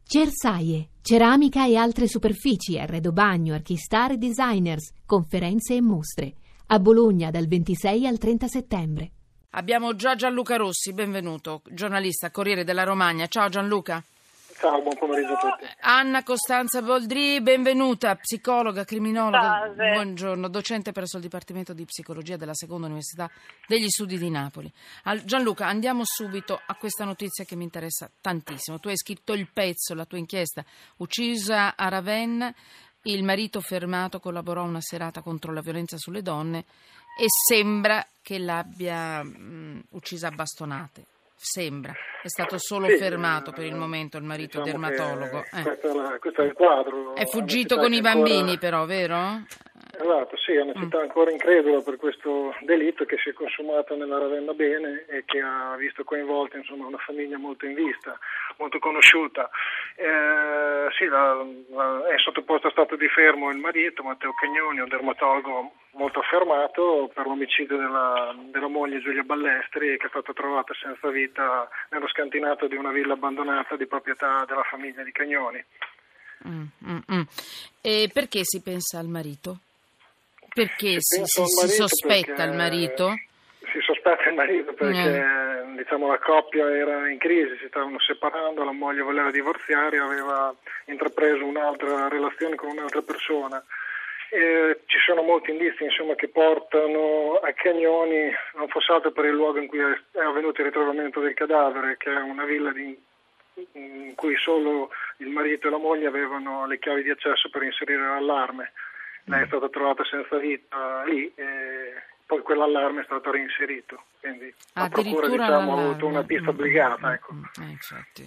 Cersaie, ceramica e altre superfici, arredo bagno, archistar e designers, conferenze e mostre. A Bologna dal 26 al 30 settembre. Abbiamo già Gianluca Rossi, benvenuto, giornalista, Corriere della Romagna. Ciao Gianluca. Ciao, buon pomeriggio a tutti. Anna Costanza Boldri, benvenuta, psicologa, criminologa. Salve. Buongiorno, docente presso il Dipartimento di Psicologia della Seconda Università degli Studi di Napoli. Gianluca, andiamo subito a questa notizia che mi interessa tantissimo. Tu hai scritto il pezzo, la tua inchiesta, uccisa a Ravenna, il marito fermato, collaborò a una serata contro la violenza sulle donne e sembra che l'abbia uccisa a bastonate. Sembra, è stato solo fermato per il momento il marito dermatologo. Questo è il quadro. È fuggito con i bambini però, vero? Esatto, sì, è una città ancora incredula per questo delitto che si è consumato nella Ravenna Bene e che ha visto coinvolta una famiglia molto in vista, molto conosciuta. Sì, è sottoposto a stato di fermo il marito, Matteo Cagnoni, un dermatologo molto affermato per l'omicidio della moglie Giulia Ballestri, che è stata trovata senza vita nello scantinato di una villa abbandonata di proprietà della famiglia di Cagnoni. E perché si pensa al marito? Perché si sospetta il marito? Si sospetta il marito perché la coppia era in crisi, si stavano separando, la moglie voleva divorziare, aveva intrapreso un'altra relazione con un'altra persona. Ci sono molti indizi che portano a Cagnoni, non fosse altro per il luogo in cui è avvenuto il ritrovamento del cadavere, che è una villa in cui solo il marito e la moglie avevano le chiavi di accesso per inserire l'allarme. Lei è stata trovata senza vita lì e poi quell'allarme è stato reinserito, quindi la procura ha avuto una pista obbligata. Ecco. Infatti.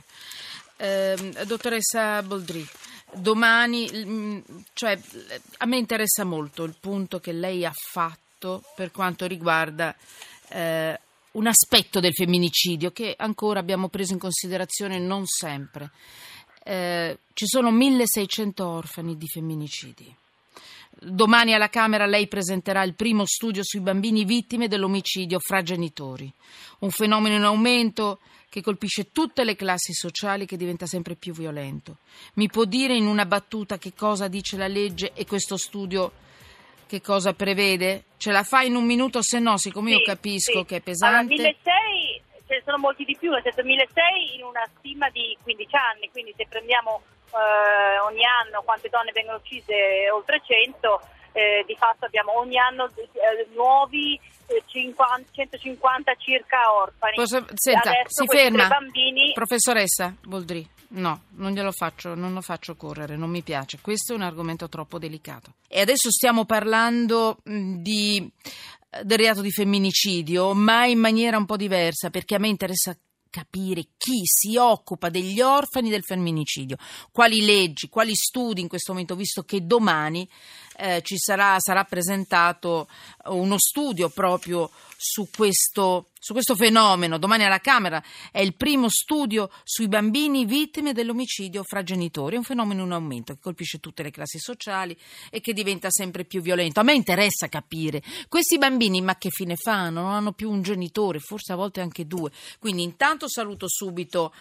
Dottoressa Boldri, domani, a me interessa molto il punto che lei ha fatto per quanto riguarda un aspetto del femminicidio che ancora abbiamo preso in considerazione non sempre. Ci sono 1600 orfani di femminicidi. Domani alla Camera lei presenterà il primo studio sui bambini vittime dell'omicidio fra genitori, un fenomeno in aumento che colpisce tutte le classi sociali, che diventa sempre più violento. Mi può dire in una battuta che cosa dice la legge e questo studio che cosa prevede? Ce la fa in un minuto, se no, siccome io capisco che è pesante. Allora, 1.600 ce ne sono molti di più, nel senso 1.600 in una stima di 15 anni, quindi se prendiamo ogni anno quante donne vengono uccise, oltre 100, di fatto abbiamo ogni anno nuovi 150 circa orfani. Senta, si ferma, bambini... Professoressa Boldri, no, non lo faccio correre, non mi piace, questo è un argomento troppo delicato. E adesso stiamo parlando del reato di femminicidio, ma in maniera un po' diversa, perché a me interessa capire chi si occupa degli orfani del femminicidio, quali leggi, quali studi in questo momento, visto che domani sarà presentato uno studio proprio su questo fenomeno. Domani alla Camera è il primo studio sui bambini vittime dell'omicidio fra genitori, è un fenomeno in aumento che colpisce tutte le classi sociali e che diventa sempre più violento. A me interessa capire questi bambini, ma che fine fanno? Non hanno più un genitore, forse a volte anche due. Quindi intanto saluto subito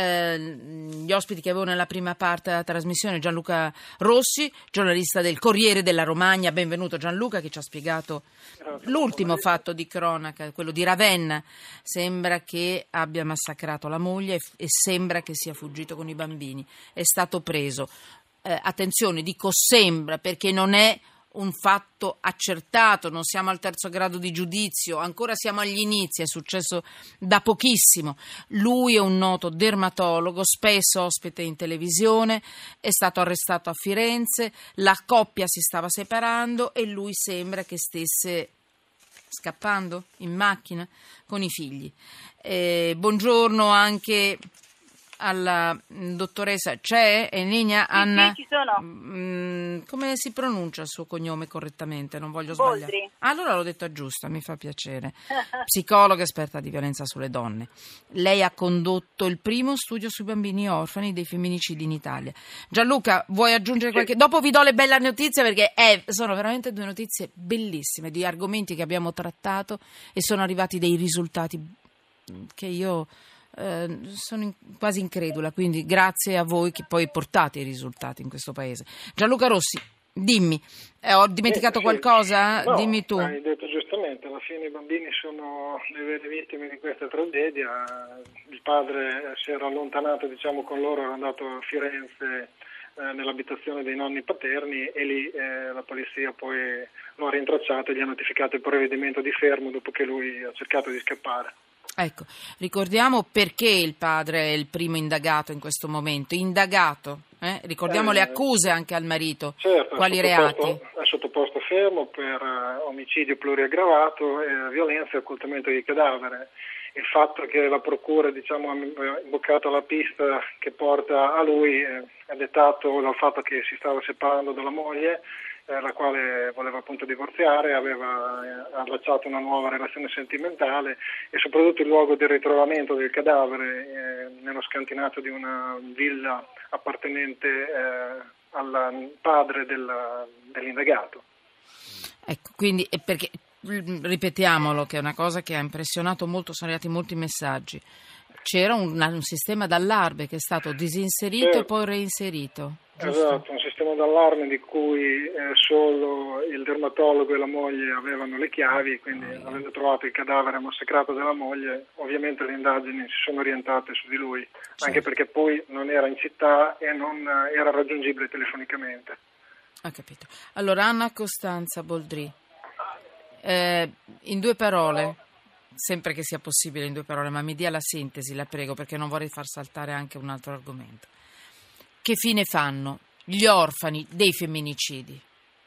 gli ospiti che avevo nella prima parte della trasmissione. Gianluca Rossi, giornalista del Corriere della Romagna. Benvenuto Gianluca, che ci ha spiegato l'ultimo fatto di cronaca, quello di Ravenna. Sembra che abbia massacrato la moglie e sembra che sia fuggito con i bambini. È stato preso. Attenzione, dico sembra, perché non è un fatto accertato, non siamo al terzo grado di giudizio, ancora siamo agli inizi, è successo da pochissimo. Lui è un noto dermatologo, spesso ospite in televisione, è stato arrestato a Firenze, la coppia si stava separando e lui sembra che stesse scappando in macchina con i figli. Buongiorno anche alla dottoressa. C'è in linea Anna? Sì, ci sono. Come si pronuncia il suo cognome correttamente? Non voglio sbagliare. Boldri. Allora l'ho detta giusta, mi fa piacere. Psicologa esperta di violenza sulle donne. Lei ha condotto il primo studio sui bambini orfani dei femminicidi in Italia. Gianluca, vuoi aggiungere qualche... Dopo vi do le belle notizie, perché sono veramente due notizie bellissime di argomenti che abbiamo trattato e sono arrivati dei risultati che io sono quasi incredula, quindi grazie a voi che poi portate i risultati in questo paese. Gianluca Rossi, dimmi, ho dimenticato qualcosa? No, dimmi tu. Hai detto giustamente, alla fine i bambini sono le vere vittime di questa tragedia. Il padre si era allontanato, con loro, era andato a Firenze nell'abitazione dei nonni paterni e lì la polizia poi lo ha rintracciato e gli ha notificato il provvedimento di fermo dopo che lui ha cercato di scappare. Ecco, ricordiamo perché il padre è il primo indagato in questo momento. Ricordiamo le accuse anche al marito. Certo, quali reati? È sottoposto a fermo per omicidio pluriaggravato, violenza e occultamento di cadavere. Il fatto che la procura ha imboccato la pista che porta a lui è dettato dal fatto che si stava separando dalla moglie, la quale voleva appunto divorziare, aveva allacciato una nuova relazione sentimentale e soprattutto il luogo del ritrovamento del cadavere nello scantinato di una villa appartenente al padre dell'indagato. Ecco, quindi perché ripetiamolo, che è una cosa che ha impressionato molto, sono arrivati molti messaggi. C'era un sistema d'allarme che è stato disinserito e poi reinserito. Giusto? Esatto, un sistema d'allarme di cui solo il dermatologo e la moglie avevano le chiavi, quindi avendo trovato il cadavere massacrato della moglie, ovviamente le indagini si sono orientate su di lui, anche perché poi non era in città e non era raggiungibile telefonicamente. Ho capito. Allora, Anna Costanza Boldri, in 2 parole, sempre che sia possibile in 2 parole, ma mi dia la sintesi, la prego, perché non vorrei far saltare anche un altro argomento. Che fine fanno gli orfani dei femminicidi?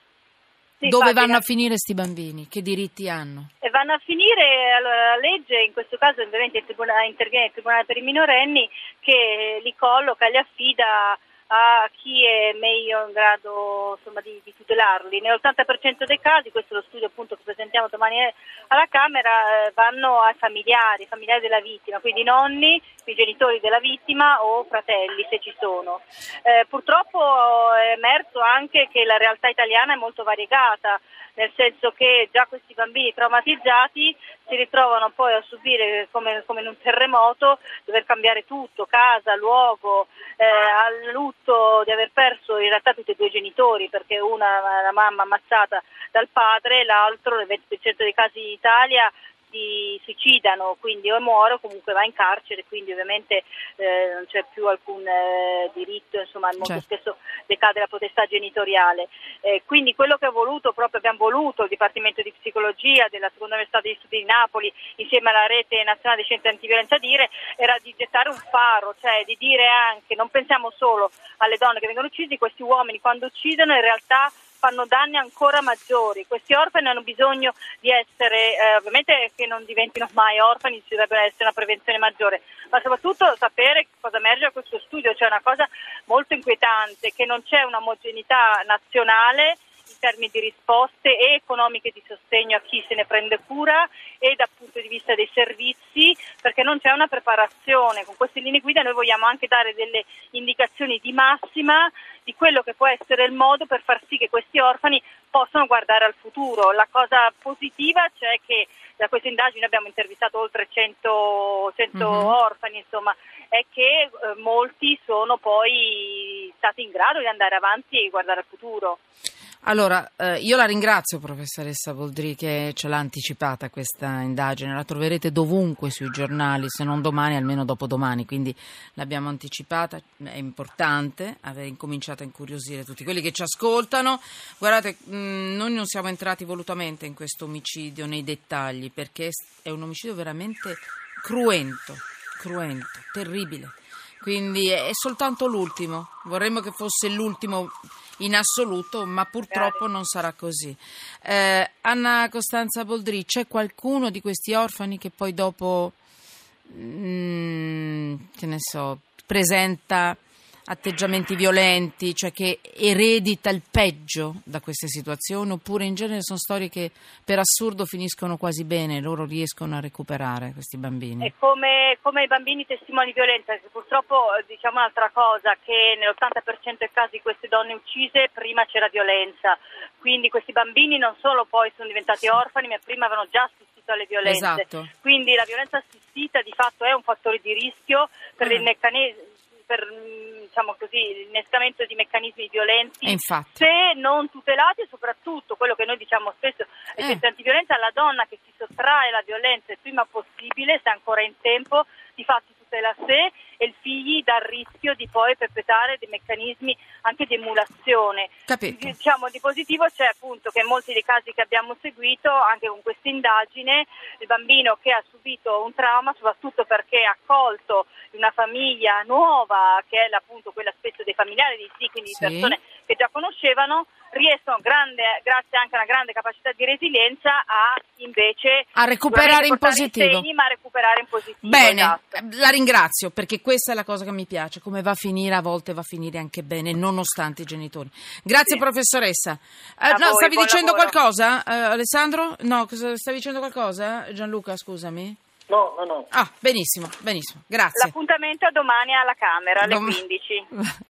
Sì, dove vanno a finire sti bambini? Che diritti hanno? E vanno a finire, allora, la legge in questo caso ovviamente interviene il Tribunale per i minorenni che li colloca, li affida a chi è meglio in grado di tutelarli. Nell'80% dei casi, questo è lo studio appunto che presentiamo domani alla Camera, vanno ai familiari della vittima, quindi i nonni, i genitori della vittima o fratelli se ci sono. Purtroppo è emerso anche che la realtà italiana è molto variegata, nel senso che già questi bambini traumatizzati si ritrovano poi a subire come in un terremoto, dover cambiare tutto, casa, luogo, al lutto di aver perso in realtà tutti e 2 i genitori, perché una la mamma ammazzata dal padre, l'altro nel 20% dei casi in Italia si suicidano, quindi o muore o comunque va in carcere, quindi ovviamente non c'è più alcun diritto, molto spesso decade la potestà genitoriale. Quindi quello che abbiamo voluto il Dipartimento di Psicologia della Seconda Università degli Studi di Napoli insieme alla Rete Nazionale dei Centri Antiviolenza dire era di gettare un faro, cioè di dire anche non pensiamo solo alle donne che vengono uccise, questi uomini quando uccidono in realtà fanno danni ancora maggiori. Questi orfani hanno bisogno di essere, ovviamente che non diventino mai orfani, ci dovrebbe essere una prevenzione maggiore, ma soprattutto sapere cosa emerge da questo studio, cioè una cosa molto inquietante, che non c'è un'omogeneità nazionale in termini di risposte e economiche di sostegno a chi se ne prende cura e dal punto di vista dei servizi, perché non c'è una preparazione. Con queste linee guida noi vogliamo anche dare delle indicazioni di massima di quello che può essere il modo per far sì che questi orfani possano guardare al futuro. La cosa positiva c'è che da queste indagini abbiamo intervistato oltre 100 orfani, è che molti sono poi stati in grado di andare avanti e guardare al futuro. Allora, io la ringrazio, professoressa Boldri, che ce l'ha anticipata questa indagine. La troverete dovunque sui giornali, se non domani, almeno dopodomani. Quindi l'abbiamo anticipata. È importante aver incominciato a incuriosire tutti quelli che ci ascoltano. Guardate, noi non siamo entrati volutamente in questo omicidio nei dettagli, perché è un omicidio veramente cruento, terribile. Quindi è soltanto l'ultimo. Vorremmo che fosse l'ultimo in assoluto, ma purtroppo non sarà così. Anna Costanza Boldri, c'è qualcuno di questi orfani che poi dopo, presenta atteggiamenti violenti, cioè che eredita il peggio da queste situazioni, oppure in genere sono storie che per assurdo finiscono quasi bene, loro riescono a recuperare questi bambini? È come i bambini testimoni di violenza, che purtroppo diciamo un'altra cosa, che nell'80% dei casi di queste donne uccise prima c'era violenza, quindi questi bambini non solo poi sono diventati orfani, ma prima avevano già assistito alle violenze. Esatto. Quindi la violenza assistita di fatto è un fattore di rischio per il meccanismo, per diciamo così, l'innescamento di meccanismi violenti, se non tutelati, e soprattutto quello che noi diciamo spesso ai centri antiviolenza, la donna che si sottrae alla violenza il prima possibile, se ancora in tempo, di fatti tutela sé e il figli dal rischio di poi perpetrare dei meccanismi anche di emulazione. Capito. Diciamo di positivo c'è appunto che in molti dei casi che abbiamo seguito, anche con questa indagine, il bambino che ha subito un trauma, soprattutto perché ha accolto una famiglia nuova, che è appunto quella spesso dei familiari di sì, quindi di persone che già conoscevano, riescono, grazie anche a una grande capacità di resilienza, a invece recuperare in positivo. Segni, ma a recuperare in positivo. Bene, esatto. La ringrazio, perché questa è la cosa che mi piace, come va a finire, a volte va a finire anche bene, nonostante i genitori. Grazie professoressa. Voi, stavi dicendo lavoro. qualcosa, Alessandro? No, stavi dicendo qualcosa? Gianluca, scusami. No. Ah, benissimo, grazie. L'appuntamento è domani alla Camera alle 15.